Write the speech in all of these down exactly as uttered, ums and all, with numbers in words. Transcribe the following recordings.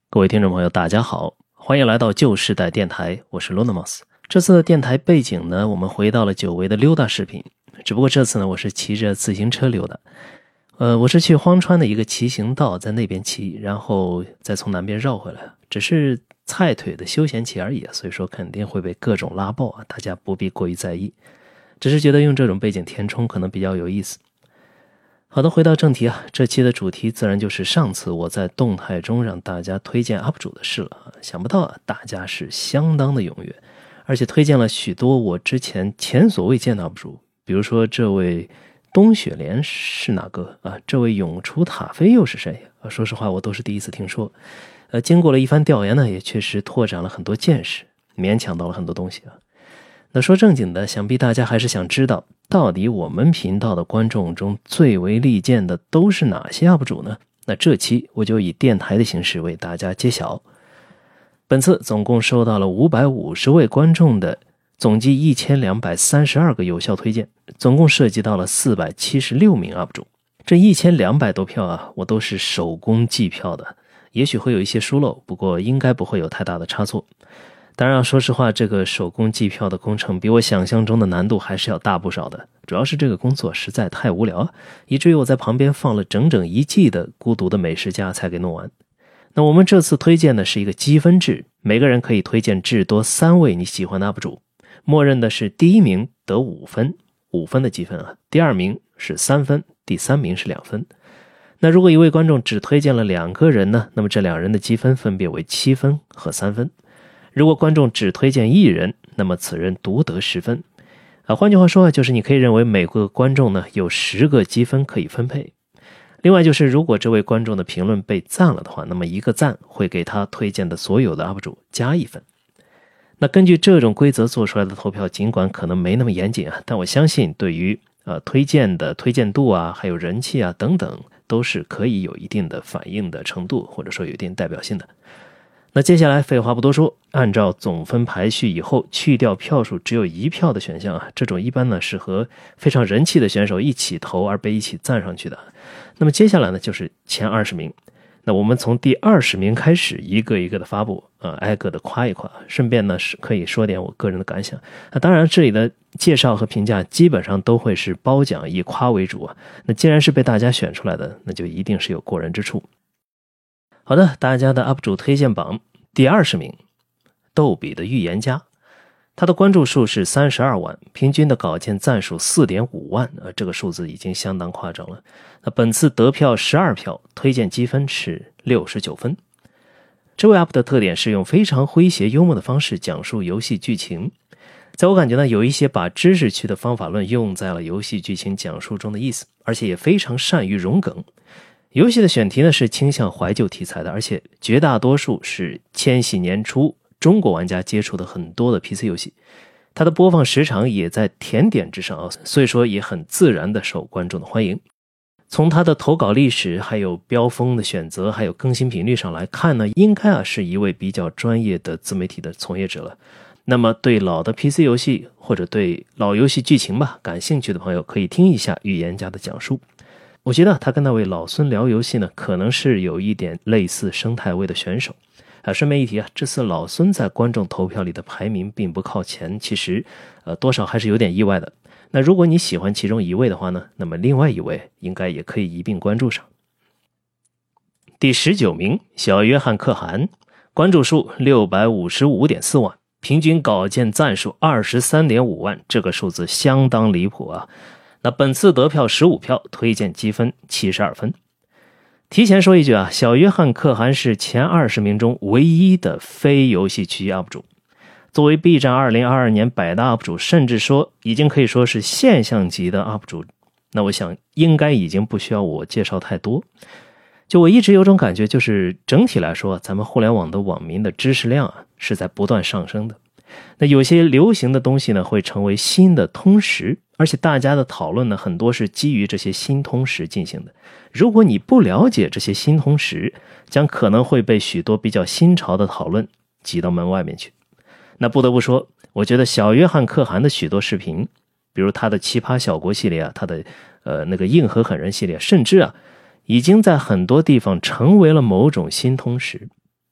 各位听众朋友大家好，欢迎来到旧时代电台，我是 Lunamus。 这次的电台背景呢，我们回到了久违的溜达视频，只不过这次呢，我是骑着自行车溜达。呃，我是去荒川的一个骑行道，在那边骑，然后再从南边绕回来，只是菜腿的休闲骑而已，所以说肯定会被各种拉爆啊，大家不必过于在意，只是觉得用这种背景填充可能比较有意思。好的，回到正题啊，这期的主题自然就是上次我在动态中让大家推荐 U P 主的事了。想不到啊，大家是相当的踊跃，而且推荐了许多我之前前所未见的 U P 主，比如说这位冬雪莲是哪个啊？这位永雏塔菲又是谁啊？说实话，我都是第一次听说。呃，经过了一番调研呢，也确实拓展了很多见识，勉强到了很多东西啊。那说正经的，想必大家还是想知道，到底我们频道的观众中最为利剑的都是哪些 U P 主呢？那这期我就以电台的形式为大家揭晓。本次总共收到了五百五十位观众的总计一千两百三十二个有效推荐，总共涉及到了四百七十六名 U P 主。这一千两百多票啊，我都是手工计票的，也许会有一些疏漏，不过应该不会有太大的差错。当然说实话，这个手工计票的工程比我想象中的难度还是要大不少的，主要是这个工作实在太无聊，以至于我在旁边放了整整一季的孤独的美食家才给弄完。那我们这次推荐的是一个积分制，每个人可以推荐至多三位你喜欢的 U P 主，默认的是第一名得五分，五分的积分啊，第二名是三分，第三名是两分。那如果一位观众只推荐了两个人呢，那么这两人的积分分别为七分和三分。如果观众只推荐一人，那么此人独得十分。啊，换句话说啊，就是你可以认为每个观众呢有十个积分可以分配。另外就是如果这位观众的评论被赞了的话，那么一个赞会给他推荐的所有的 U P 主加一分。那根据这种规则做出来的投票，尽管可能没那么严谨啊，但我相信对于呃推荐的推荐度啊，还有人气啊等等，都是可以有一定的反应的程度，或者说有一定代表性的。那接下来废话不多说，按照总分排序以后去掉票数只有一票的选项啊，这种一般呢是和非常人气的选手一起投而被一起赞上去的。那么接下来呢就是前二十名，那我们从第二十名开始一个一个的发布，呃，挨个的夸一夸，顺便呢是可以说点我个人的感想。那当然这里的介绍和评价基本上都会是褒奖以夸为主啊。那既然是被大家选出来的，那就一定是有过人之处。好的，大家的 U P 主推荐榜第二十名，逗比的预言家，他的关注数是三十二万，平均的稿件赞数 四点五万，呃，这个数字已经相当夸张了。那本次得票十二票，推荐积分是六十九分。这位 U P 的特点是用非常诙谐幽默的方式讲述游戏剧情，在我感觉呢，有一些把知识区的方法论用在了游戏剧情讲述中的意思，而且也非常善于融梗。游戏的选题呢是倾向怀旧题材的，而且绝大多数是千禧年初中国玩家接触的很多的 P C 游戏，它的播放时长也在甜点之上啊，所以说也很自然的受观众的欢迎。从它的投稿历史，还有标封的选择，还有更新频率上来看呢，应该啊是一位比较专业的自媒体的从业者了。那么对老的 P C 游戏或者对老游戏剧情吧感兴趣的朋友，可以听一下预言家的讲述。我觉得他跟那位老孙聊游戏呢，可能是有一点类似生态位的选手啊。顺便一提啊，这次老孙在观众投票里的排名并不靠前，其实呃多少还是有点意外的。那如果你喜欢其中一位的话呢，那么另外一位应该也可以一并关注上。第十九名，小约翰可汗，关注数 六百五十五点四万，平均稿件赞数 二十三点五万，这个数字相当离谱啊。那本次得票十五票，推荐积分七十二分。提前说一句啊，小约翰可汗是前二十名中唯一的非游戏区 U P 主。作为 B 站二零二二年百大 U P 主，甚至说已经可以说是现象级的 U P 主，那我想应该已经不需要我介绍太多。就我一直有种感觉，就是整体来说，咱们互联网的网民的知识量啊是在不断上升的。那有些流行的东西呢会成为新的通识，而且大家的讨论呢很多是基于这些新通识进行的。如果你不了解这些新通识，将可能会被许多比较新潮的讨论挤到门外面去。那不得不说，我觉得小约翰可汗的许多视频，比如他的奇葩小国系列啊，他的呃那个硬核狠人系列，甚至啊已经在很多地方成为了某种新通识。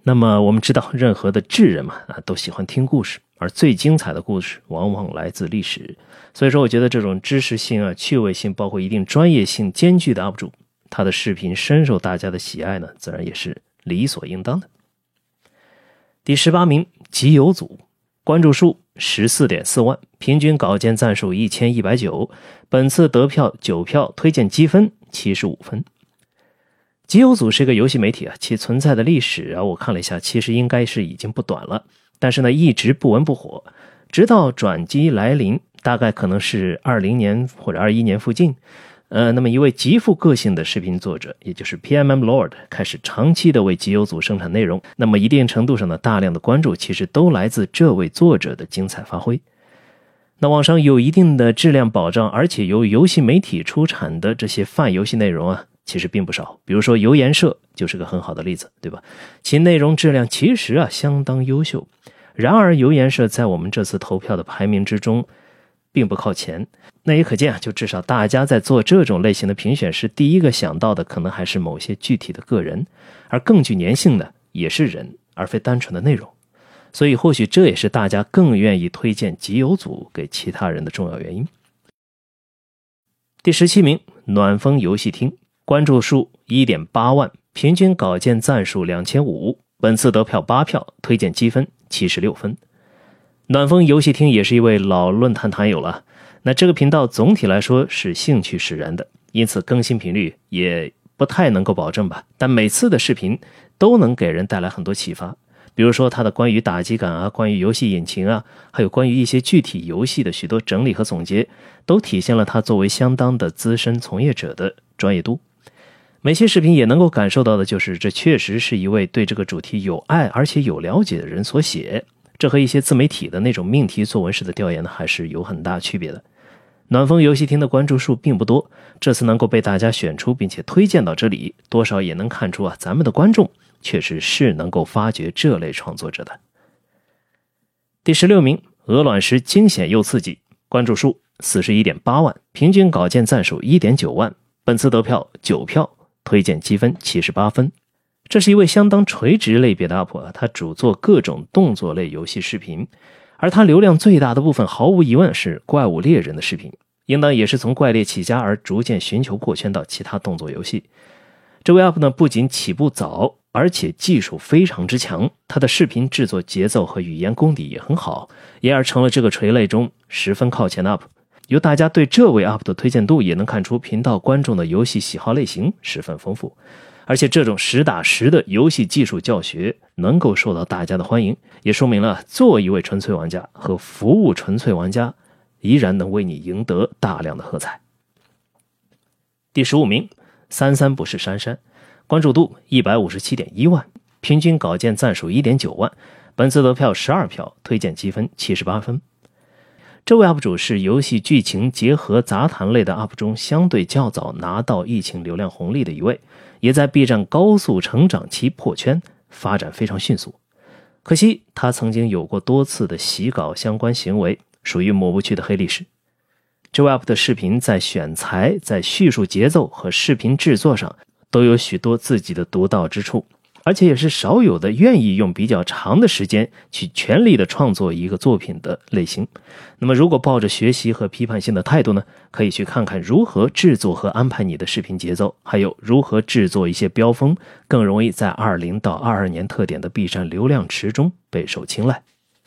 那么我们知道，任何的智人嘛，啊，都喜欢听故事，而最精彩的故事往往来自历史。所以说，我觉得这种知识性啊、趣味性，包括一定专业性兼具的 U P 主，他的视频深受大家的喜爱呢，自然也是理所应当的。第十八名，集邮组，关注数 十四点四万，平均稿件赞数一千一百九，本次得票九票，推荐积分七十五分。集邮组是一个游戏媒体啊，其存在的历史啊，我看了一下，其实应该是已经不短了，但是呢，一直不温不火，直到转机来临，大概可能是二零年或者二一年附近，呃，那么一位极富个性的视频作者，也就是 P M M Lord 开始长期的为集邮组生产内容，那么一定程度上的大量的关注，其实都来自这位作者的精彩发挥。那网上有一定的质量保障，而且由游戏媒体出产的这些泛游戏内容啊，其实并不少，比如说游研社就是个很好的例子，对吧？其内容质量其实啊相当优秀。然而游研社在我们这次投票的排名之中并不靠前，那也可见啊，就至少大家在做这种类型的评选时，第一个想到的可能还是某些具体的个人，而更具粘性的也是人，而非单纯的内容。所以或许这也是大家更愿意推荐集邮组给其他人的重要原因。第十七名，暖风游戏厅，关注数 一点八万，平均稿件赞数两千五百，本次得票八票，推荐积分七十六分。暖风游戏厅也是一位老论坛坛友了，那这个频道总体来说是兴趣使然的，因此更新频率也不太能够保证吧，但每次的视频都能给人带来很多启发。比如说他的关于打击感啊，关于游戏引擎啊，还有关于一些具体游戏的许多整理和总结，都体现了他作为相当的资深从业者的专业度。每期视频也能够感受到的就是，这确实是一位对这个主题有爱而且有了解的人所写，这和一些自媒体的那种命题作文式的调研呢，还是有很大区别的。暖风游戏厅的关注数并不多，这次能够被大家选出并且推荐到这里，多少也能看出啊，咱们的观众确实是能够发掘这类创作者的。第十六名，鹅卵石惊险又刺激，关注数 四十一点八万，平均稿件赞数 一点九万，本次得票九票，推荐积分七十八分。这是一位相当垂直类别的 U P 啊，他主做各种动作类游戏视频，而他流量最大的部分毫无疑问是怪物猎人的视频，应当也是从怪猎起家而逐渐寻求扩圈到其他动作游戏。这位 U P 呢，不仅起步早，而且技术非常之强，他的视频制作节奏和语言功底也很好，因而成了这个垂类中十分靠前的 U P。 由大家对这位 U P 的推荐度也能看出，频道观众的游戏喜好类型十分丰富，而且这种实打实的游戏技术教学能够受到大家的欢迎，也说明了作为一位纯粹玩家和服务纯粹玩家依然能为你赢得大量的喝彩。第十五名，三三不是珊珊，关注度 一百五十七点一万，平均稿件赞数 一点九万，本次得票十二票，推荐积分七十八分。这位 U P 主是游戏剧情结合杂谈类的 U P 中相对较早拿到疫情流量红利的一位，也在 B 站高速成长期破圈，发展非常迅速。可惜他曾经有过多次的洗稿相关行为，属于抹不去的黑历史。这位 U P 的视频在选材、在叙述节奏和视频制作上都有许多自己的独到之处，而且也是少有的愿意用比较长的时间去全力的创作一个作品的类型。那么如果抱着学习和批判性的态度呢，可以去看看如何制作和安排你的视频节奏，还有如何制作一些标风，更容易在二十到二十二年特点的 B 站流量池中备受青睐。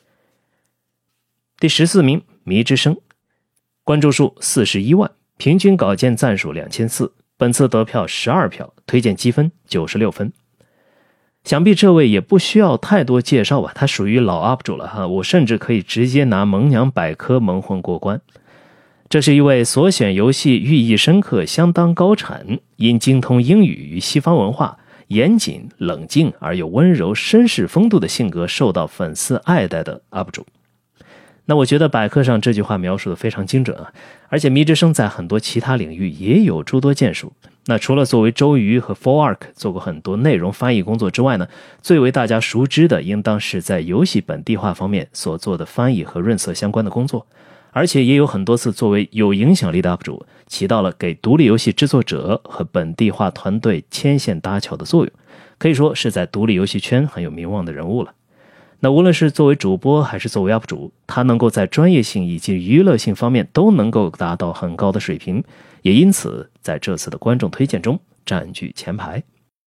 第十四名，迷之声，关注数四十一万，平均稿件赞数两千四百，本次得票十二票，推荐积分九十六分。想必这位也不需要太多介绍吧，他属于老 U P 主了哈，我甚至可以直接拿萌娘百科蒙混过关。这是一位所选游戏寓意深刻、相当高产，因精通英语与西方文化，严谨冷静而又温柔绅士风度的性格受到粉丝爱戴的 U P 主。那我觉得百科上这句话描述的非常精准啊，而且迷之声在很多其他领域也有诸多建树。那除了作为周瑜和 four arc 做过很多内容翻译工作之外呢，最为大家熟知的应当是在游戏本地化方面所做的翻译和润色相关的工作。 而且也有很多次作为有影响力的 U P 主，起到了给独立游戏制作者和本地化团队牵线搭桥的作用，可以说是在独立游戏圈很有名望的人物了。那无论是作为主播还是作为 U P 主，他能够在专业性以及娱乐性方面都能够达到很高的水平，也因此在这次的观众推荐中占据前排。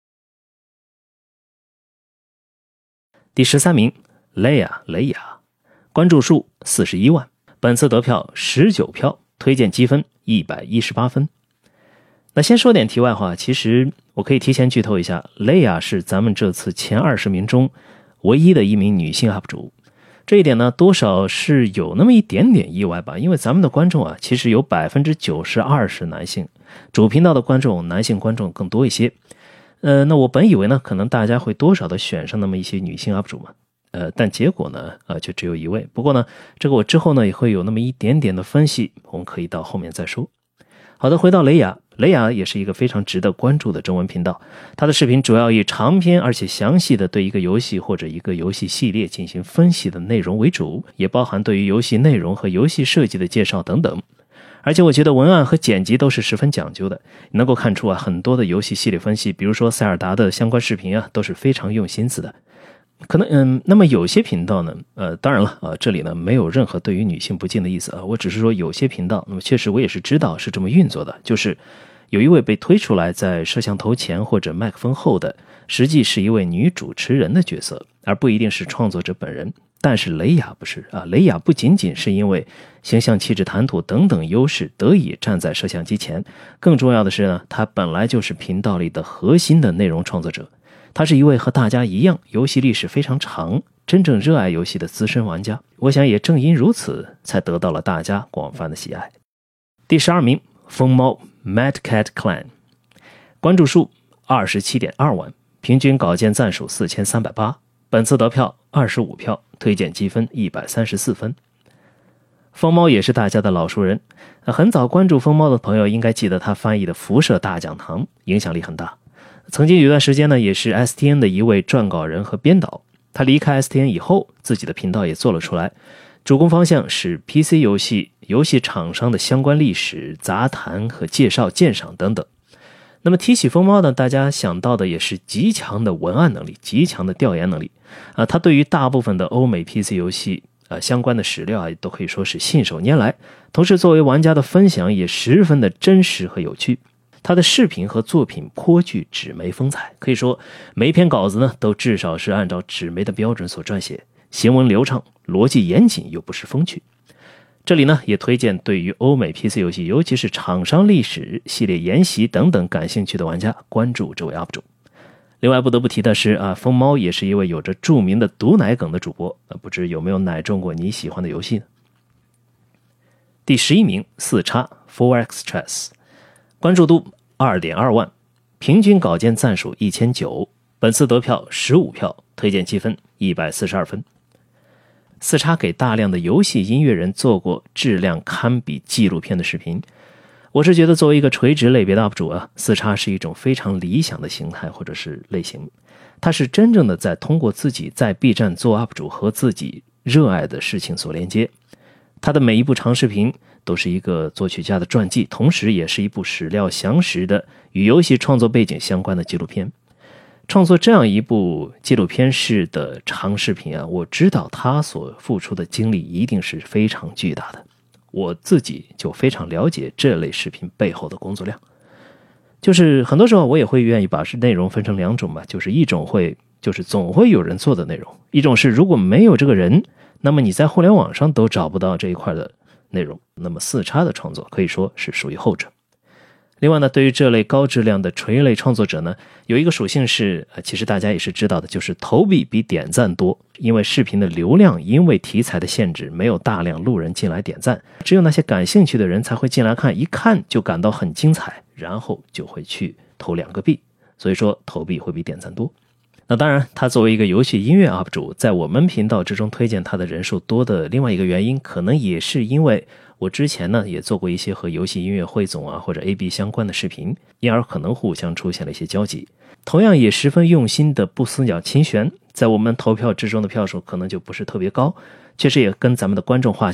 第十三名 Leia 雷亚，关注数四十一万，本次得票十九票，推荐积分一百一十八分。那先说点题外话，其实我可以提前剧透一下， Leia 是咱们这次前二十名中唯一的一名女性 U P 主，这一点呢多少是有那么一点点意外吧，因为咱们的观众啊其实有 百分之九十二 是男性，主频道的观众男性观众更多一些。呃，那我本以为呢可能大家会多少的选上那么一些女性 U P 主嘛，呃，但结果呢呃就只有一位。不过呢这个我之后呢也会有那么一点点的分析，我们可以到后面再说。好的，回到雷亚，雷亚也是一个非常值得关注的中文频道，他的视频主要以长篇而且详细的对一个游戏或者一个游戏系列进行分析的内容为主，也包含对于游戏内容和游戏设计的介绍等等。而且我觉得文案和剪辑都是十分讲究的，能够看出啊很多的游戏系列分析，比如说塞尔达的相关视频啊都是非常用心思的。可能嗯，那么有些频道呢，呃，当然了啊、呃，这里呢没有任何对于女性不敬的意思啊，我只是说有些频道，那么确实我也是知道是这么运作的，就是有一位被推出来在摄像头前或者麦克风后的，实际是一位女主持人的角色，而不一定是创作者本人。但是雷亚不是啊，雷亚不仅仅是因为形象、气质、谈吐等等优势得以站在摄像机前，更重要的是呢，她本来就是频道里的核心的内容创作者。他是一位和大家一样游戏历史非常长、真正热爱游戏的资深玩家，我想也正因如此才得到了大家广泛的喜爱。第十二名疯猫 Mad Cat Clan， 关注数 二十七点二万，平均稿件赞数四千三百八，本次得票二十五票，推荐积分一百三十四分。疯猫也是大家的老熟人，很早关注疯猫的朋友应该记得他翻译的《辐射大讲堂》影响力很大。曾经有段时间呢，也是 S T N 的一位撰稿人和编导。他离开 S T N 以后，自己的频道也做了出来，主攻方向是 P C 游戏、游戏厂商的相关历史、杂谈和介绍、鉴赏等等。那么提起疯猫呢，大家想到的也是极强的文案能力、极强的调研能力啊。他对于大部分的欧美 P C 游戏啊相关的史料啊，都可以说是信手拈来。同时，作为玩家的分享也十分的真实和有趣。他的视频和作品颇具纸媒风采，可以说每一篇稿子呢都至少是按照纸媒的标准所撰写，行文流畅，逻辑严谨又不失风趣。这里呢也推荐对于欧美 P C 游戏，尤其是厂商历史、系列研习等等感兴趣的玩家关注这位 U P 主。另外不得不提的是啊，疯猫也是一位有着著名的毒奶梗的主播，不知有没有奶中过你喜欢的游戏呢？第十一名四叉 four X Chess， 关注度 二点二万，平均稿件赞数一千九百，本次得票十五票，推荐积分一百四十二分。四叉给大量的游戏音乐人做过质量堪比纪录片的视频，我是觉得作为一个垂直类别的 U P 主啊，四叉是一种非常理想的形态或者是类型，他是真正的在通过自己在 B 站做 U P 主和自己热爱的事情所连接。他的每一部长视频都是一个作曲家的传记，同时也是一部史料详实的与游戏创作背景相关的纪录片。创作这样一部纪录片式的长视频啊，我知道他所付出的精力一定是非常巨大的。我自己就非常了解这类视频背后的工作量。就是很多时候我也会愿意把内容分成两种吧，就是一种会就是总会有人做的内容，一种是如果没有这个人，那么你在互联网上都找不到这一块的内容。那么四叉的创作可以说是属于后者。另外呢，对于这类高质量的垂类创作者呢，有一个属性是其实大家也是知道的，就是投币比点赞多。因为视频的流量因为题材的限制，没有大量路人进来点赞，只有那些感兴趣的人才会进来看，一看就感到很精彩，然后就会去投两个币，所以说投币会比点赞多。那当然，他作为一个游戏音乐 U P 主，在我们频道之中推荐他的人数多的另外一个原因，可能也是因为我之前呢也做过一些和游戏音乐汇总啊或者 A B 相关的视频，因而可能互相出现了一些交集。同样也十分用心的不死鸟清玄，在我们投票之中的票数可能就不是特别高，确实也跟咱们的观众画像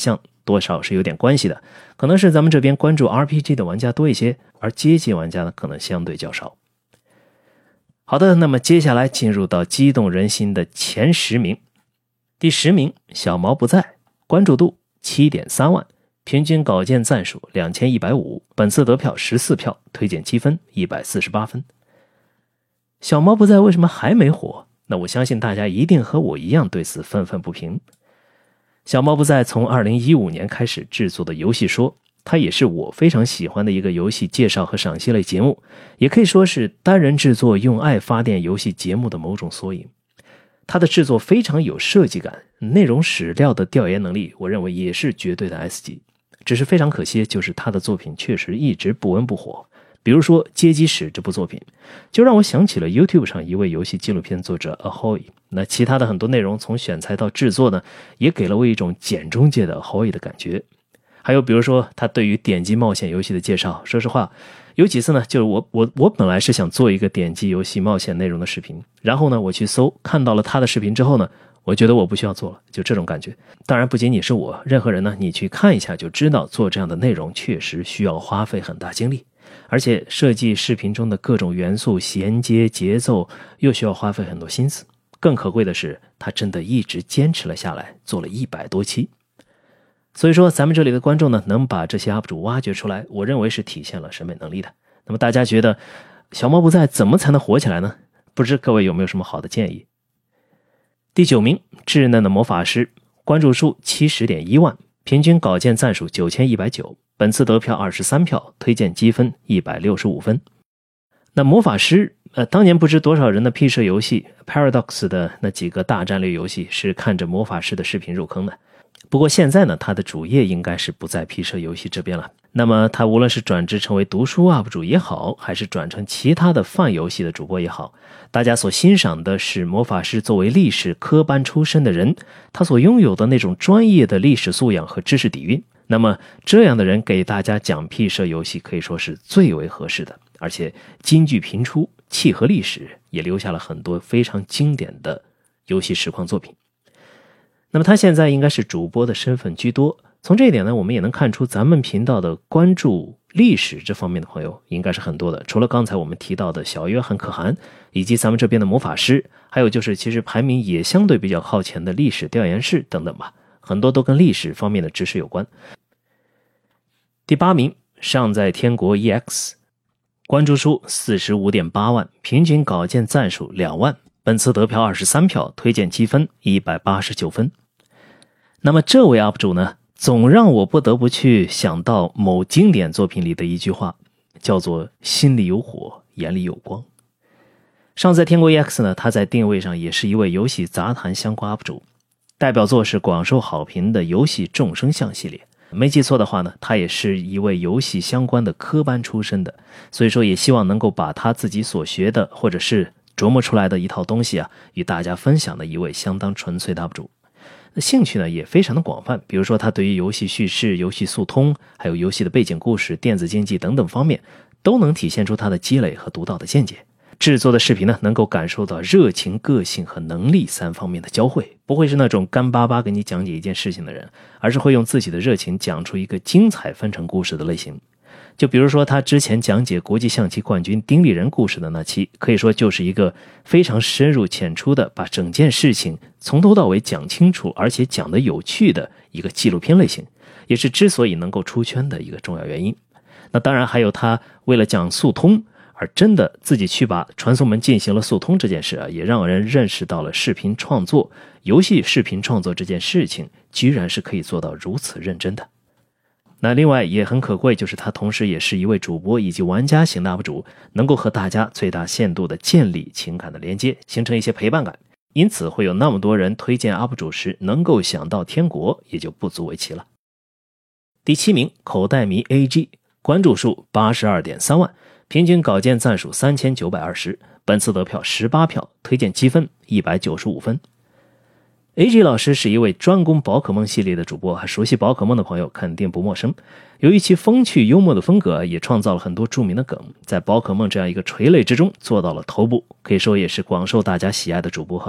多少是有点关系的，可能是咱们这边关注 R P G 的玩家多一些，而街机玩家呢可能相对较少。好的，那么接下来进入到激动人心的前十名。第十名，小毛不在，关注度 七点三万，平均稿件赞数两千一百五十，本次得票十四票，推荐积分一百四十八分。小毛不在为什么还没火？那我相信大家一定和我一样对此愤愤不平。小毛不在从二零一五年开始制作的游戏说，它也是我非常喜欢的一个游戏介绍和赏析类节目，也可以说是单人制作用爱发电游戏节目的某种缩影。它的制作非常有设计感，内容史料的调研能力我认为也是绝对的 S 级。只是非常可惜，就是他的作品确实一直不温不火。比如说《街机史》这部作品，就让我想起了 YouTube 上一位游戏纪录片作者 Ahoy。 那其他的很多内容从选材到制作呢，也给了我一种简中介的 Ahoy 的感觉。还有比如说他对于点击冒险游戏的介绍，说实话有几次呢，就是我我我本来是想做一个点击游戏冒险内容的视频，然后呢我去搜看到了他的视频之后呢，我觉得我不需要做了，就这种感觉。当然不仅仅是我，任何人呢，你去看一下就知道，做这样的内容确实需要花费很大精力，而且设计视频中的各种元素衔接节奏又需要花费很多心思。更可贵的是，他真的一直坚持了下来，做了一百多期。所以说咱们这里的观众呢，能把这些 U P 主挖掘出来，我认为是体现了审美能力的。那么大家觉得小毛不在怎么才能火起来呢？不知各位有没有什么好的建议？第九名，稚嫩的魔法师，关注数 七十点一万，平均稿件赞数九千一百九十，本次得票二十三票，推荐积分一百六十五分。那魔法师呃，当年不知多少人的 P 社游戏 Paradox 的那几个大战略游戏是看着魔法师的视频入坑的。不过现在呢，他的主业应该是不在 P 社游戏这边了。那么他无论是转职成为读书 U P 主也好，还是转成其他的泛游戏的主播也好，大家所欣赏的是魔法师作为历史科班出身的人，他所拥有的那种专业的历史素养和知识底蕴。那么这样的人给大家讲 P 社游戏可以说是最为合适的，而且金句频出，契合历史，也留下了很多非常经典的游戏实况作品。那么他现在应该是主播的身份居多，从这一点呢，我们也能看出咱们频道的关注历史这方面的朋友应该是很多的。除了刚才我们提到的小约翰可汗，以及咱们这边的魔法师，还有就是其实排名也相对比较靠前的历史调研室等等吧，很多都跟历史方面的知识有关。第八名，尚在天国 E X， 关注数 四十五点八万，平均稿件赞数两万，本次得票二十三票，推荐积分一百八十九分。那么这位 U P 主呢，总让我不得不去想到某经典作品里的一句话，叫做心里有火，眼里有光。尚在天国 E X 呢，他在定位上也是一位游戏杂谈相关 U P 主，代表作是广受好评的游戏众生相系列。没记错的话呢，他也是一位游戏相关的科班出身的，所以说也希望能够把他自己所学的或者是琢磨出来的一套东西啊，与大家分享的一位相当纯粹的 U P 主。兴趣呢也非常的广泛，比如说他对于游戏叙事、游戏速通，还有游戏的背景故事、电子竞技等等方面，都能体现出他的积累和独到的见解。制作的视频呢，能够感受到热情、个性和能力三方面的交汇，不会是那种干巴巴给你讲解一件事情的人，而是会用自己的热情讲出一个精彩纷呈故事的类型。就比如说他之前讲解国际象棋冠军丁立人故事的那期，可以说就是一个非常深入浅出的把整件事情从头到尾讲清楚，而且讲得有趣的一个纪录片类型，也是之所以能够出圈的一个重要原因。那当然还有他为了讲速通而真的自己去把传送门进行了速通这件事啊，也让人认识到了视频创作、游戏视频创作这件事情居然是可以做到如此认真的。那另外也很可贵，就是他同时也是一位主播以及玩家型的 U P 主，能够和大家最大限度的建立情感的连接，形成一些陪伴感，因此会有那么多人推荐 U P 主时能够想到天国，也就不足为奇了。第七名，口袋迷 A G， 关注数 八十二点三万，平均稿件赞数三千九百二十，本次得票十八票，推荐积分一百九十五分。A G 老师是一位专攻宝可梦系列的主播，熟悉宝可梦的朋友肯定不陌生。由于其风趣幽默的风格，也创造了很多著名的梗，在宝可梦这样一个垂类之中做到了头部，可以说也是广受大家喜爱的主播和 U P。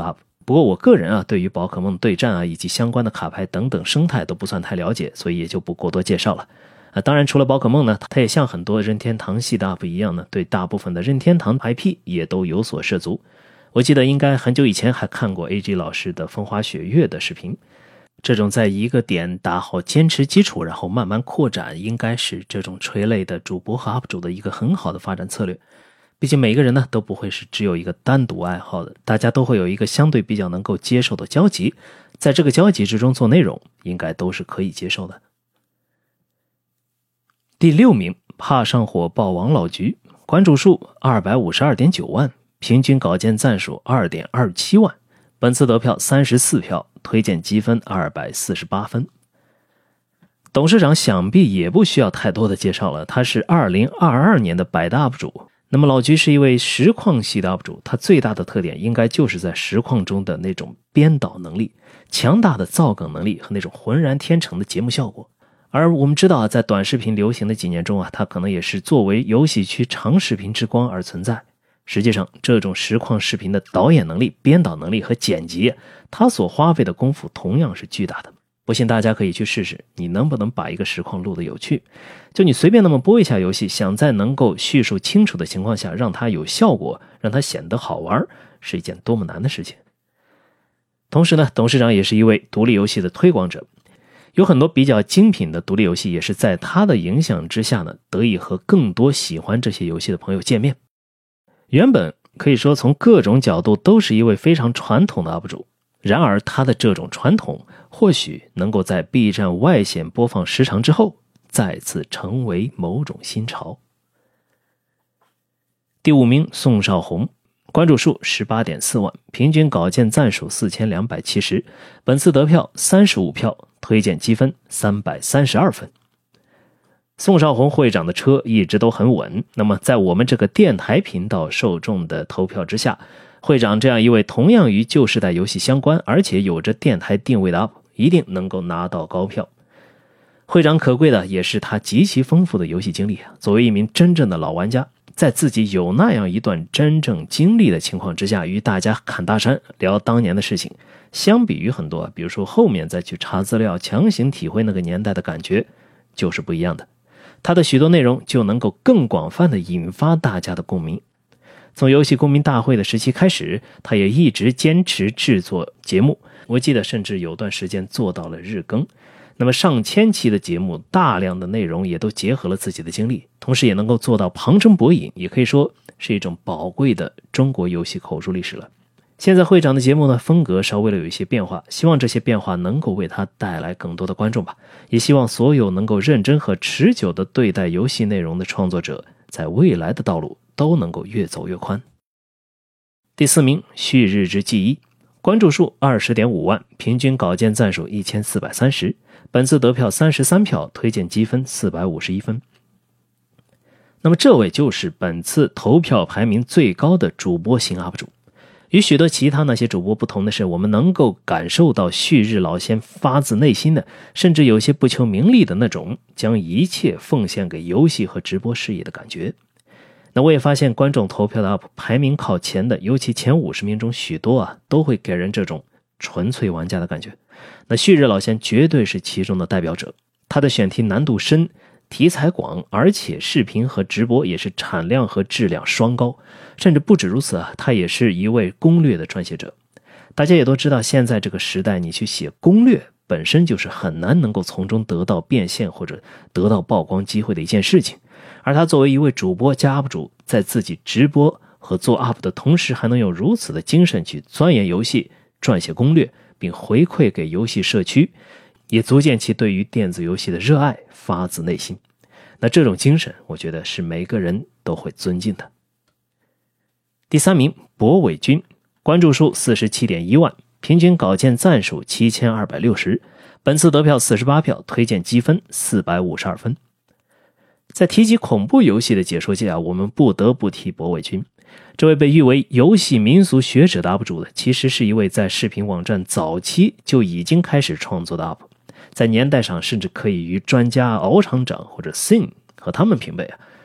不过我个人啊，对于宝可梦对战啊以及相关的卡牌等等生态都不算太了解，所以也就不过多介绍了。啊，当然除了宝可梦呢，它也像很多任天堂系的 U P 一样呢，对大部分的任天堂 I P 也都有所涉足。我记得应该很久以前还看过 A G 老师的风花雪月的视频。这种在一个点打好坚持基础，然后慢慢扩展，应该是这种垂类的主播和 U P 主的一个很好的发展策略。毕竟每个人呢都不会是只有一个单独爱好的，大家都会有一个相对比较能够接受的交集，在这个交集之中做内容，应该都是可以接受的。第六名，怕上火爆王老菊，关注数 二百五十二点九万，平均稿件赞数 二点二七万，本次得票三十四票，推荐积分二百四十八分。董事长想必也不需要太多的介绍了，他是二零二二年的百大 U P 主。那么老菊是一位实况系的 U P 主，他最大的特点应该就是在实况中的那种编导能力，强大的造梗能力和那种浑然天成的节目效果。而我们知道啊，在短视频流行的几年中啊，他可能也是作为游戏区长视频之光而存在。实际上，这种实况视频的导演能力、编导能力和剪辑，他所花费的功夫同样是巨大的。不信大家可以去试试，你能不能把一个实况录得有趣？就你随便那么播一下游戏，想在能够叙述清楚的情况下让它有效果，让它显得好玩，是一件多么难的事情。同时呢，董事长也是一位独立游戏的推广者，有很多比较精品的独立游戏也是在他的影响之下呢，得以和更多喜欢这些游戏的朋友见面。原本可以说从各种角度都是一位非常传统的 U P 主，然而他的这种传统或许能够在 B 站外显播放时长之后再次成为某种新潮。第五名，宋少红，关注数 十八点四万，平均稿件赞数四千两百七十，本次得票三十五票，推荐积分三百三十二分。宋少红会长的车一直都很稳，那么在我们这个电台频道受众的投票之下，会长这样一位同样与旧时代游戏相关而且有着电台定位的 U P 一定能够拿到高票。会长可贵的也是他极其丰富的游戏经历，作为一名真正的老玩家，在自己有那样一段真正经历的情况之下，与大家侃大山聊当年的事情，相比于很多比如说后面再去查资料强行体会那个年代的感觉，就是不一样的。他的许多内容就能够更广泛地引发大家的共鸣。从游戏公民大会的时期开始，他也一直坚持制作节目，我记得甚至有段时间做到了日更。那么上千期的节目，大量的内容也都结合了自己的经历，同时也能够做到旁征博引，也可以说是一种宝贵的中国游戏口述历史了。现在会长的节目呢，风格稍微的有一些变化，希望这些变化能够为他带来更多的观众吧。也希望所有能够认真和持久的对待游戏内容的创作者，在未来的道路都能够越走越宽。第四名，旭日之记忆，关注数 二十点五万，平均稿件赞数一千四百三十，本次得票三十三票，推荐积分四百五十一分。那么这位就是本次投票排名最高的主播型 U P 主。与许多其他那些主播不同的是，我们能够感受到旭日老仙发自内心的，甚至有些不求名利的那种将一切奉献给游戏和直播事业的感觉。那我也发现观众投票的 U P 排名靠前的，尤其前五十名中许多啊，都会给人这种纯粹玩家的感觉。那旭日老仙绝对是其中的代表者，他的选题难度深，题材广，而且视频和直播也是产量和质量双高。甚至不止如此啊，他也是一位攻略的撰写者。大家也都知道，现在这个时代，你去写攻略本身就是很难能够从中得到变现或者得到曝光机会的一件事情。而他作为一位主播加 U P 主，在自己直播和做 U P 的同时，还能有如此的精神去钻研游戏、撰写攻略，并回馈给游戏社区，也足见其对于电子游戏的热爱发自内心。那这种精神，我觉得是每个人都会尊敬的。第三名，博伟军，关注数 四十七点一万，平均稿件赞数七千二百六十，本次得票四十八票，推荐积分四百五十二分。在提及恐怖游戏的解说界啊，我们不得不提博伟军。这位被誉为游戏民俗学者的 U P 主的，其实是一位在视频网站早期就已经开始创作的 U P， 在年代上甚至可以与专家敖厂长或者 Sin 和他们平辈啊。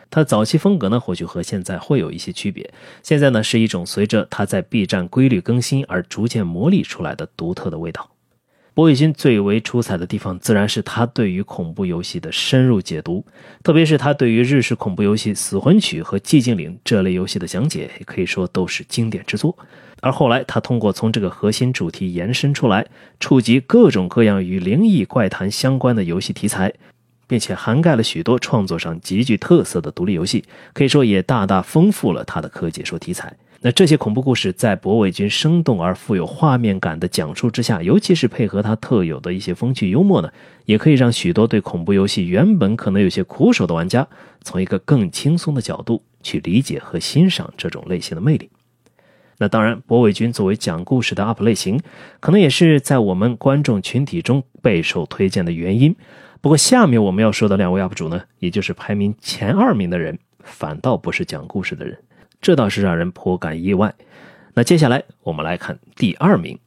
他早期风格呢，或许和现在会有一些区别。现在呢，是一种随着他在 B 站规律更新而逐渐磨砺出来的独特的味道。博伟军最为出彩的地方，自然是他对于恐怖游戏的深入解读，特别是他对于日式恐怖游戏《死魂曲》和《寂静岭》这类游戏的讲解，也可以说都是经典之作。而后来，他通过从这个核心主题延伸出来，触及各种各样与灵异怪谈相关的游戏题材，并且涵盖了许多创作上极具特色的独立游戏，可以说也大大丰富了他的可解说题材。那这些恐怖故事在博伟军生动而富有画面感的讲述之下，尤其是配合他特有的一些风趣幽默呢，也可以让许多对恐怖游戏原本可能有些苦手的玩家，从一个更轻松的角度去理解和欣赏这种类型的魅力。那当然，博伟军作为讲故事的 U P 类型，可能也是在我们观众群体中备受推荐的原因。不过下面我们要说的两位 U P 主呢，也就是排名前二名的人，反倒不是讲故事的人，这倒是让人颇感意外。那接下来我们来看第二名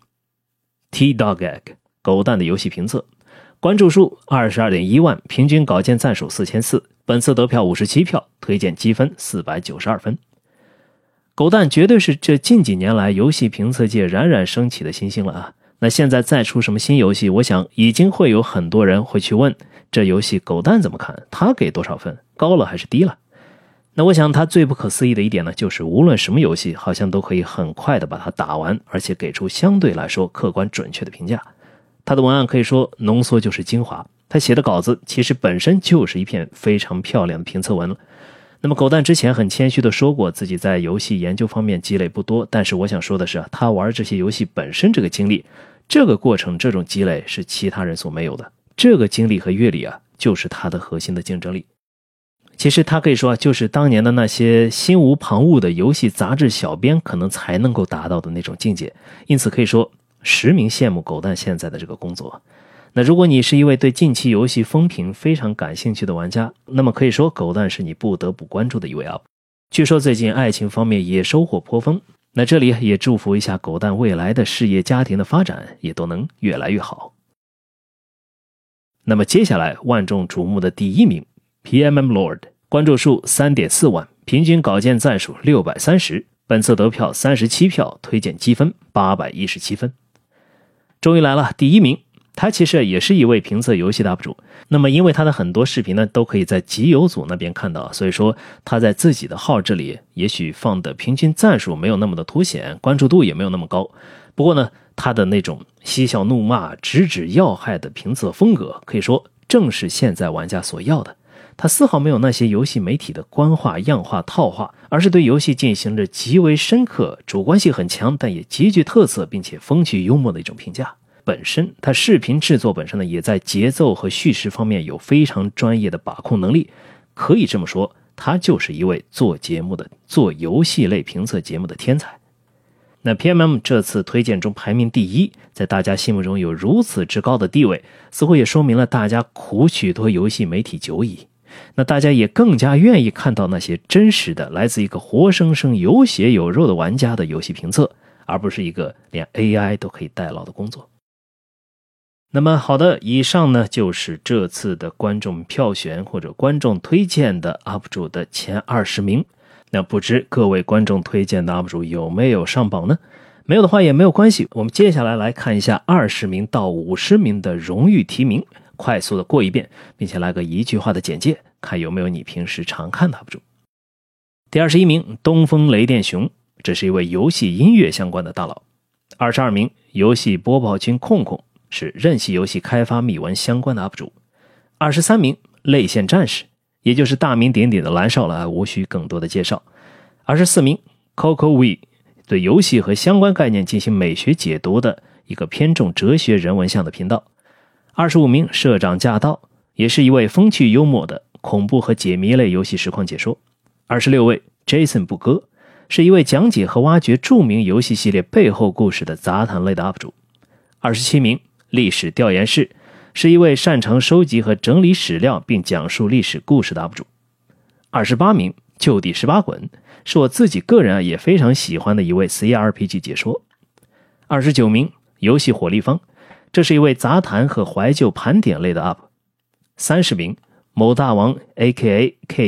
T-Dog Egg 狗蛋的游戏评测，关注数 二十二点一万，平均稿件赞数四千四百，本次得票五十七票，推荐积分四百九十二分。狗蛋绝对是这近几年来游戏评测界冉冉升起的新星了啊！那现在再出什么新游戏，我想已经会有很多人会去问，这游戏狗蛋怎么看？他给多少分？高了还是低了？那我想他最不可思议的一点呢，就是无论什么游戏，好像都可以很快的把它打完，而且给出相对来说客观准确的评价。他的文案可以说浓缩就是精华，他写的稿子其实本身就是一篇非常漂亮的评测文了。那么狗蛋之前很谦虚的说过，自己在游戏研究方面积累不多，但是我想说的是，他玩这些游戏本身这个经历，这个过程，这种积累是其他人所没有的，这个经历和阅历啊，就是他的核心的竞争力。其实他可以说，就是当年的那些心无旁骛的游戏杂志小编可能才能够达到的那种境界，因此可以说实名羡慕狗蛋现在的这个工作。那如果你是一位对近期游戏风评非常感兴趣的玩家，那么可以说狗蛋是你不得不关注的一位 U P。 据说最近爱情方面也收获颇丰，那这里也祝福一下狗蛋未来的事业家庭的发展也都能越来越好。那么接下来万众瞩目的第一名 P M M Lord， 关注数 三点四万，平均稿件赞数六百三十，本次得票三十七票，推荐积分八百一十七分。终于来了，第一名，他其实也是一位评测游戏的 U P 主，那么因为他的很多视频呢都可以在集邮组那边看到，所以说他在自己的号这里也许放的平均赞数没有那么的凸显，关注度也没有那么高，不过呢他的那种嬉笑怒骂直指要害的评测风格，可以说正是现在玩家所要的。他丝毫没有那些游戏媒体的官话样化套话，而是对游戏进行着极为深刻、主观性很强但也极具特色并且风趣幽默的一种评价。本身他视频制作本身呢，也在节奏和叙事方面有非常专业的把控能力，可以这么说，他就是一位做节目的做游戏类评测节目的天才。那 P M M 这次推荐中排名第一，在大家心目中有如此之高的地位，似乎也说明了大家苦许多游戏媒体久矣。那大家也更加愿意看到那些真实的来自一个活生生有血有肉的玩家的游戏评测，而不是一个连 A I 都可以代劳的工作。那么好的，以上呢就是这次的观众票选或者观众推荐的 U P 主的前二十名。那不知各位观众推荐的 U P 主有没有上榜呢？没有的话也没有关系，我们接下来来看一下二十名到五十名的荣誉提名，快速的过一遍，并且来个一句话的简介，看有没有你平时常看的 U P 主。第二十一名，东风雷电熊，这是一位游戏音乐相关的大佬。二十二名，游戏播报君控控，是任系游戏开发秘闻相关的 U P 主。二十三名，泪腺战士，也就是大名鼎鼎的蓝少了，无需更多的介绍。二十四名 Coco We， 对游戏和相关概念进行美学解读的一个偏重哲学人文向的频道。二十五名社长驾到，也是一位风趣幽默的恐怖和解谜类游戏实况解说。二十六位 Jason 布哥，是一位讲解和挖掘著名游戏系列背后故事的杂谈类的 U P 主。二十七名历史调研室，是一位擅长收集和整理史料并讲述历史故事的 U P 主。二十八名就地十八滚，是我自己个人啊也非常喜欢的一位 C R P G 解说。二十九名游戏火力方，这是一位杂谈和怀旧盘点类的 U P。三十名某大王 A K A K 一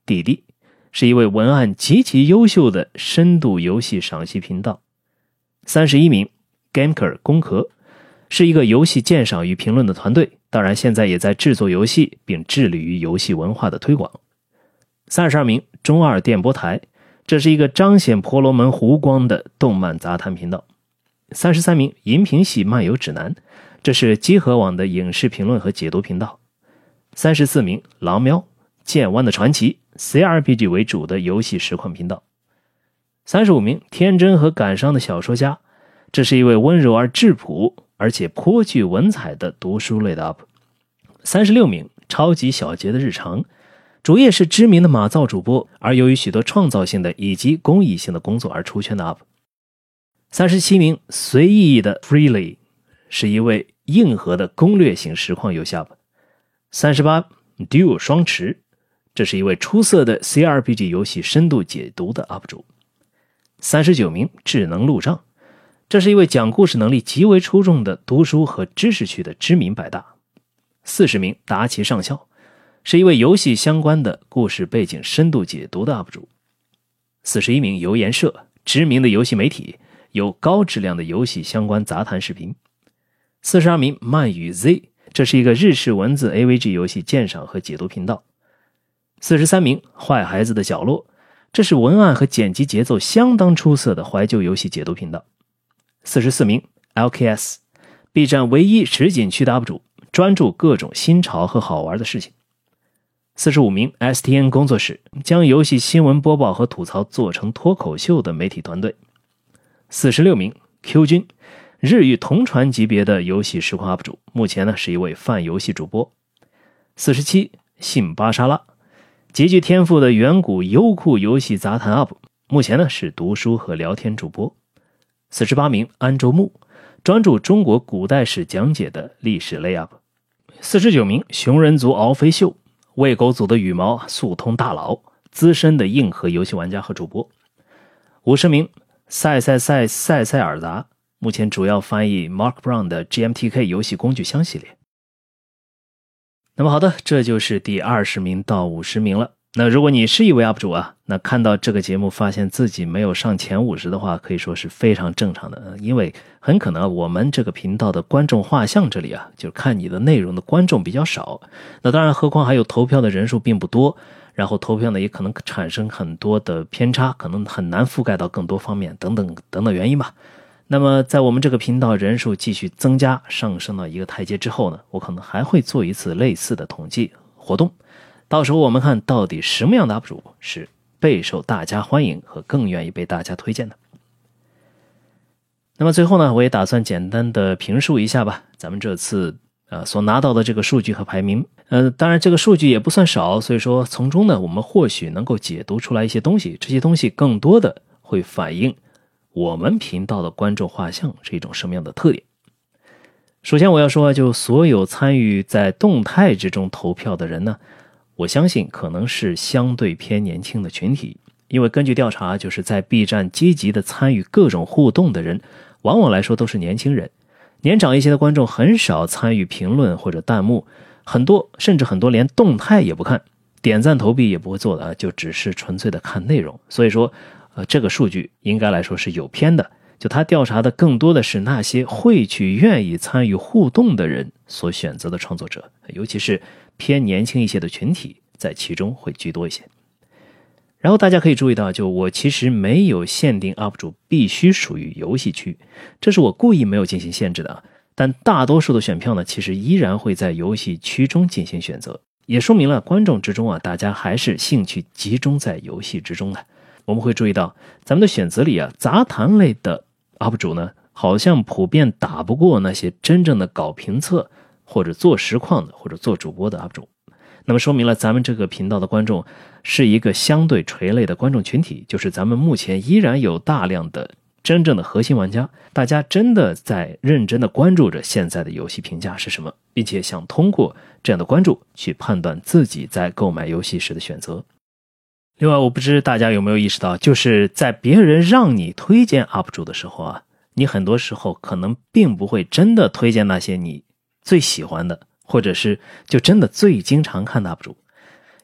弟弟，是一位文案极其优秀的深度游戏赏析频道。三十一名 Gameker 攻壳，是一个游戏鉴赏与评论的团队，当然现在也在制作游戏并致力于游戏文化的推广。三十二名中二电波台，这是一个彰显婆罗门湖光的动漫杂谈频道。三十三名银屏系漫游指南，这是集合网的影视评论和解读频道。三十四名狼喵，剑湾的传奇 C R P G 为主的游戏实况频道。三十五名天真和感伤的小说家，这是一位温柔而质朴而且颇具文采的读书类的 U P。三十六名超级小杰的日常，主业是知名的马造主播，而由于许多创造性的以及公益性的工作而出圈的 U P。三十七名随意的 Freely， 是一位硬核的攻略型实况游戏 U P。三十八 Duo 双持，这是一位出色的 C R P G 游戏深度解读的 U P 主。三十九名智能路障，这是一位讲故事能力极为出众的读书和知识区的知名百大。四十名达奇上校，是一位游戏相关的故事背景深度解读的 U P 主。四十一名游研社，知名的游戏媒体，有高质量的游戏相关杂谈视频。四十二名漫语 Z， 这是一个日式文字 A V G 游戏鉴赏和解读频道。四十三名坏孩子的角落，这是文案和剪辑节奏相当出色的怀旧游戏解读频道。四十四名 L K S， B 站唯一实景区的 U P 主，专注各种新潮和好玩的事情。四十五名 S T N 工作室，将游戏新闻播报和吐槽做成脱口秀的媒体团队。四十六名 Q 君，日语同传级别的游戏实况 U P 主，目前呢是一位泛游戏主播。四十七信巴沙拉，极具天赋的远古优酷游戏杂谈 U P， 目前呢是读书和聊天主播。四十八名安周木，专注中国古代史讲解的历史类 U P。四十九名熊人族敖飞秀，喂狗组的羽毛速通大佬，资深的硬核游戏玩家和主播。五十名赛赛赛赛赛尔达，目前主要翻译 Mark Brown 的 G M T K 游戏工具箱系列。那么好的，这就是第二十名到五十名了。那如果你是一位 U P 主啊，那看到这个节目发现自己没有上前五十的话，可以说是非常正常的，因为很可能我们这个频道的观众画像这里啊，就是看你的内容的观众比较少。那当然何况还有投票的人数并不多，然后投票呢也可能产生很多的偏差，可能很难覆盖到更多方面等等等等原因吧。那么在我们这个频道人数继续增加上升到一个台阶之后呢，我可能还会做一次类似的统计活动，到时候我们看到底什么样的 U P 主是备受大家欢迎和更愿意被大家推荐的。那么最后呢，我也打算简单的评述一下吧，咱们这次呃所拿到的这个数据和排名。呃当然这个数据也不算少，所以说从中呢我们或许能够解读出来一些东西，这些东西更多的会反映我们频道的观众画像是一种什么样的特点。首先我要说，就所有参与在动态之中投票的人呢，我相信可能是相对偏年轻的群体，因为根据调查，就是在 B 站积极的参与各种互动的人，往往来说都是年轻人。年长一些的观众很少参与评论或者弹幕，很多甚至很多连动态也不看，点赞投币也不会做的，就只是纯粹的看内容。所以说呃，这个数据应该来说是有偏的，就他调查的更多的是那些会去愿意参与互动的人所选择的创作者，尤其是偏年轻一些的群体在其中会居多一些。然后大家可以注意到，就我其实没有限定 U P 主必须属于游戏区，这是我故意没有进行限制的，但大多数的选票呢，其实依然会在游戏区中进行选择，也说明了观众之中啊，大家还是兴趣集中在游戏之中的。我们会注意到咱们的选择里啊，杂谈类的 U P 主呢，好像普遍打不过那些真正的搞评测或者做实况的或者做主播的 U P 主。那么说明了咱们这个频道的观众是一个相对垂类的观众群体，就是咱们目前依然有大量的真正的核心玩家，大家真的在认真的关注着现在的游戏评价是什么，并且想通过这样的关注去判断自己在购买游戏时的选择。另外我不知大家有没有意识到，就是在别人让你推荐 U P 主的时候啊，你很多时候可能并不会真的推荐那些你最喜欢的，或者是就真的最经常看的 U P 主。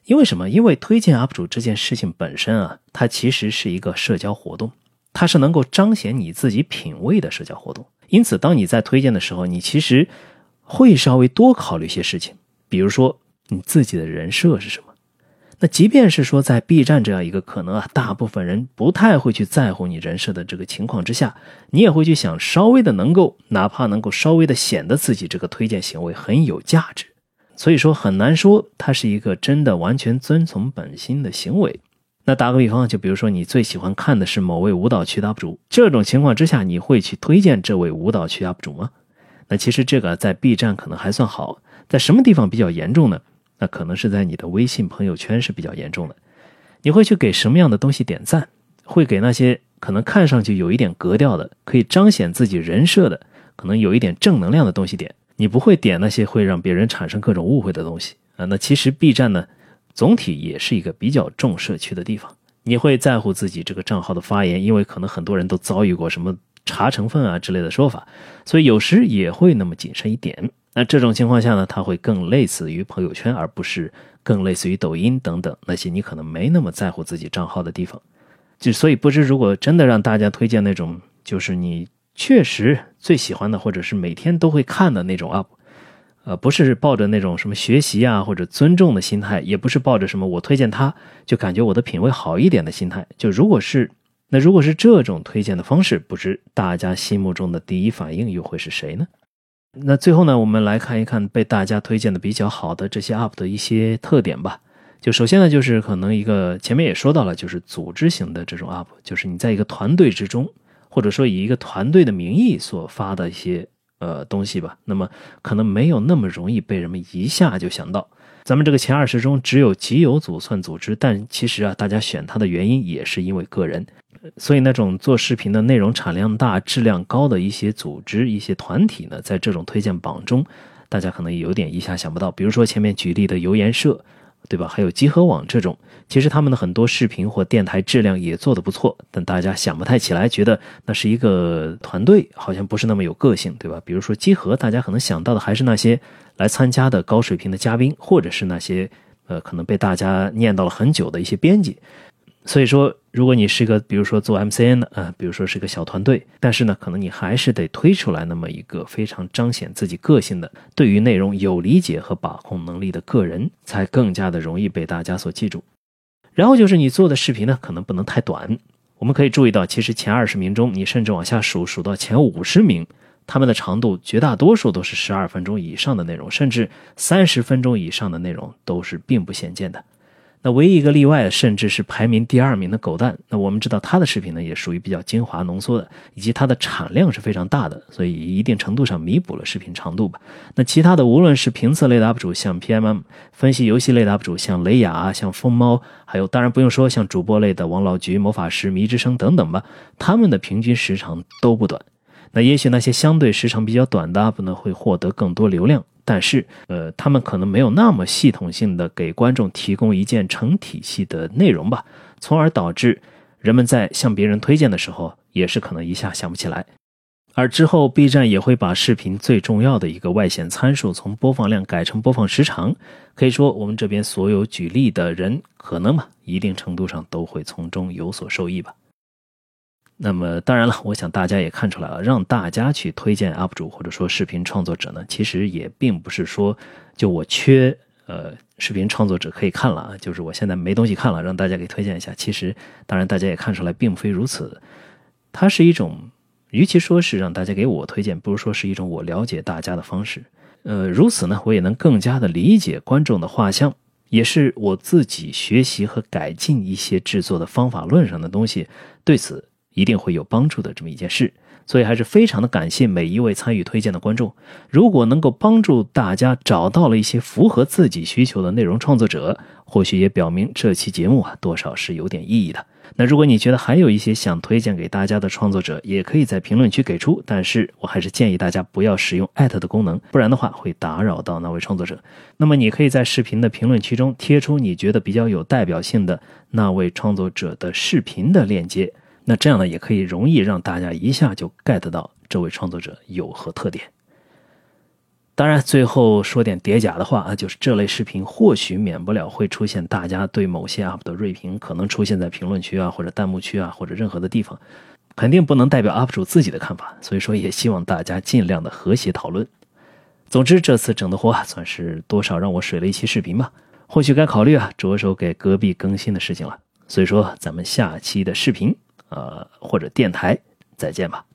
因为什么？因为推荐 U P 主这件事情本身啊，它其实是一个社交活动，它是能够彰显你自己品味的社交活动。因此当你在推荐的时候，你其实会稍微多考虑一些事情，比如说你自己的人设是什么。那即便是说在 B 站这样一个可能啊，大部分人不太会去在乎你人设的这个情况之下，你也会去想稍微的能够，哪怕能够稍微的显得自己这个推荐行为很有价值。所以说很难说它是一个真的完全遵从本心的行为。那打个比方，就比如说你最喜欢看的是某位舞蹈区的 U P 主，这种情况之下你会去推荐这位舞蹈区 U P 主吗？那其实这个在 B 站可能还算好，在什么地方比较严重呢？那可能是在你的微信朋友圈是比较严重的。你会去给什么样的东西点赞？会给那些可能看上去有一点格调的，可以彰显自己人设的，可能有一点正能量的东西点。你不会点那些会让别人产生各种误会的东西啊。那其实 B 站呢，总体也是一个比较重社区的地方。你会在乎自己这个账号的发言，因为可能很多人都遭遇过什么茶成分啊之类的说法，所以有时也会那么谨慎一点。那这种情况下呢，它会更类似于朋友圈，而不是更类似于抖音等等那些你可能没那么在乎自己账号的地方。就所以不知如果真的让大家推荐那种就是你确实最喜欢的或者是每天都会看的那种 U P， 呃，不是抱着那种什么学习啊或者尊重的心态，也不是抱着什么我推荐他就感觉我的品味好一点的心态。就如果是那如果是这种推荐的方式，不知大家心目中的第一反应又会是谁呢？那最后呢，我们来看一看被大家推荐的比较好的这些 U P 的一些特点吧。就首先呢，就是可能一个前面也说到了，就是组织型的这种 U P， 就是你在一个团队之中，或者说以一个团队的名义所发的一些呃东西吧，那么可能没有那么容易被人们一下就想到。咱们这个前二十中只有集邮组算组织，但其实啊，大家选它的原因也是因为个人。所以那种做视频的内容产量大、质量高的一些组织、一些团体呢，在这种推荐榜中，大家可能有点一下想不到。比如说前面举例的油盐社，对吧？还有集合网这种，其实他们的很多视频或电台质量也做得不错，但大家想不太起来，觉得那是一个团队，好像不是那么有个性，对吧？比如说集合，大家可能想到的还是那些来参加的高水平的嘉宾，或者是那些呃可能被大家念叨了很久的一些编辑。所以说如果你是一个比如说做 M C N 的啊、呃，比如说是个小团队，但是呢可能你还是得推出来那么一个非常彰显自己个性的，对于内容有理解和把控能力的个人，才更加的容易被大家所记住。然后就是你做的视频呢可能不能太短。我们可以注意到，其实前二十名中，你甚至往下数数到前五十名，他们的长度绝大多数都是十二分钟以上的内容，甚至三十分钟以上的内容都是并不鲜见的。那唯一一个例外，甚至是排名第二名的狗蛋，那我们知道他的视频呢也属于比较精华浓缩的，以及他的产量是非常大的，所以一定程度上弥补了视频长度吧。那其他的无论是评测类的 U P 主像 P M M， 分析游戏类的 U P 主像雷雅、像疯猫，还有当然不用说像主播类的王老菊、魔法师、迷之声等等吧，他们的平均时长都不短。那也许那些相对时长比较短的 U P 呢会获得更多流量，但是呃，他们可能没有那么系统性的给观众提供一件成体系的内容吧，从而导致人们在向别人推荐的时候也是可能一下想不起来。而之后 B 站也会把视频最重要的一个外显参数从播放量改成播放时长，可以说我们这边所有举例的人可能嘛，一定程度上都会从中有所受益吧。那么当然了，我想大家也看出来了，让大家去推荐 U P 主或者说视频创作者呢，其实也并不是说就我缺呃视频创作者可以看了啊，就是我现在没东西看了，让大家给推荐一下。其实当然大家也看出来并非如此，它是一种与其说是让大家给我推荐，不如说是一种我了解大家的方式。呃，如此呢，我也能更加的理解观众的画像，也是我自己学习和改进一些制作的方法论上的东西，对此一定会有帮助的这么一件事。所以还是非常的感谢每一位参与推荐的观众，如果能够帮助大家找到了一些符合自己需求的内容创作者，或许也表明这期节目啊多少是有点意义的。那如果你觉得还有一些想推荐给大家的创作者，也可以在评论区给出，但是我还是建议大家不要使用艾特的功能，不然的话会打扰到那位创作者。那么你可以在视频的评论区中贴出你觉得比较有代表性的那位创作者的视频的链接，那这样呢也可以容易让大家一下就 get 到这位创作者有何特点。 当然最后说点叠假的话啊，就是这类视频或许免不了会出现大家对某些 U P 的锐评，可能出现在评论区啊或者弹幕区啊或者任何的地方，肯定不能代表 U P 主自己的看法，所以说也希望大家尽量的和谐讨论。总之这次整的活啊，算是多少让我水了一期视频吧，或许该考虑啊着手给隔壁更新的事情了。所以说咱们下期的视频呃或者电台再见吧。